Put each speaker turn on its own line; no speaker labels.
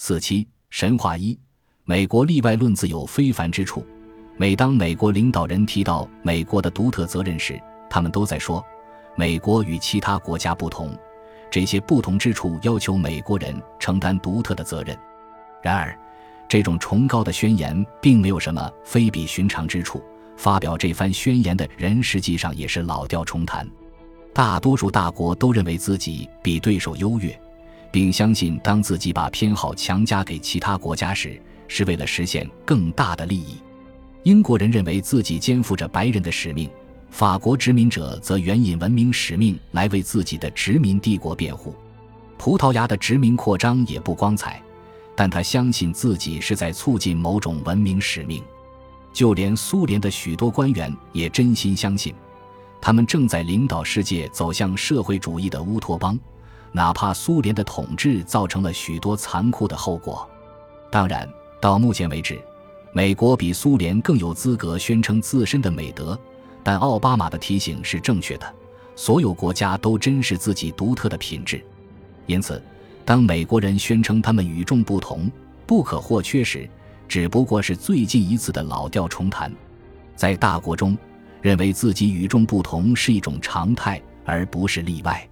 47神话1，美国例外论自有非凡之处。每当美国领导人提到美国的独特责任时，他们都在说美国与其他国家不同，这些不同之处要求美国人承担独特的责任。然而这种崇高的宣言并没有什么非比寻常之处，发表这番宣言的人实际上也是老调重弹。大多数大国都认为自己比对手优越，并相信当自己把偏好强加给其他国家时，是为了实现更大的利益。英国人认为自己肩负着白人的使命，法国殖民者则援引文明使命来为自己的殖民帝国辩护。葡萄牙的殖民扩张也不光彩，但他相信自己是在促进某种文明使命。就连苏联的许多官员也真心相信，他们正在领导世界走向社会主义的乌托邦，哪怕苏联的统治造成了许多残酷的后果。当然，到目前为止，美国比苏联更有资格宣称自身的美德，但奥巴马的提醒是正确的，所有国家都珍视自己独特的品质。因此，当美国人宣称他们与众不同、不可或缺时，只不过是最近一次的老调重弹。在大国中，认为自己与众不同是一种常态，而不是例外。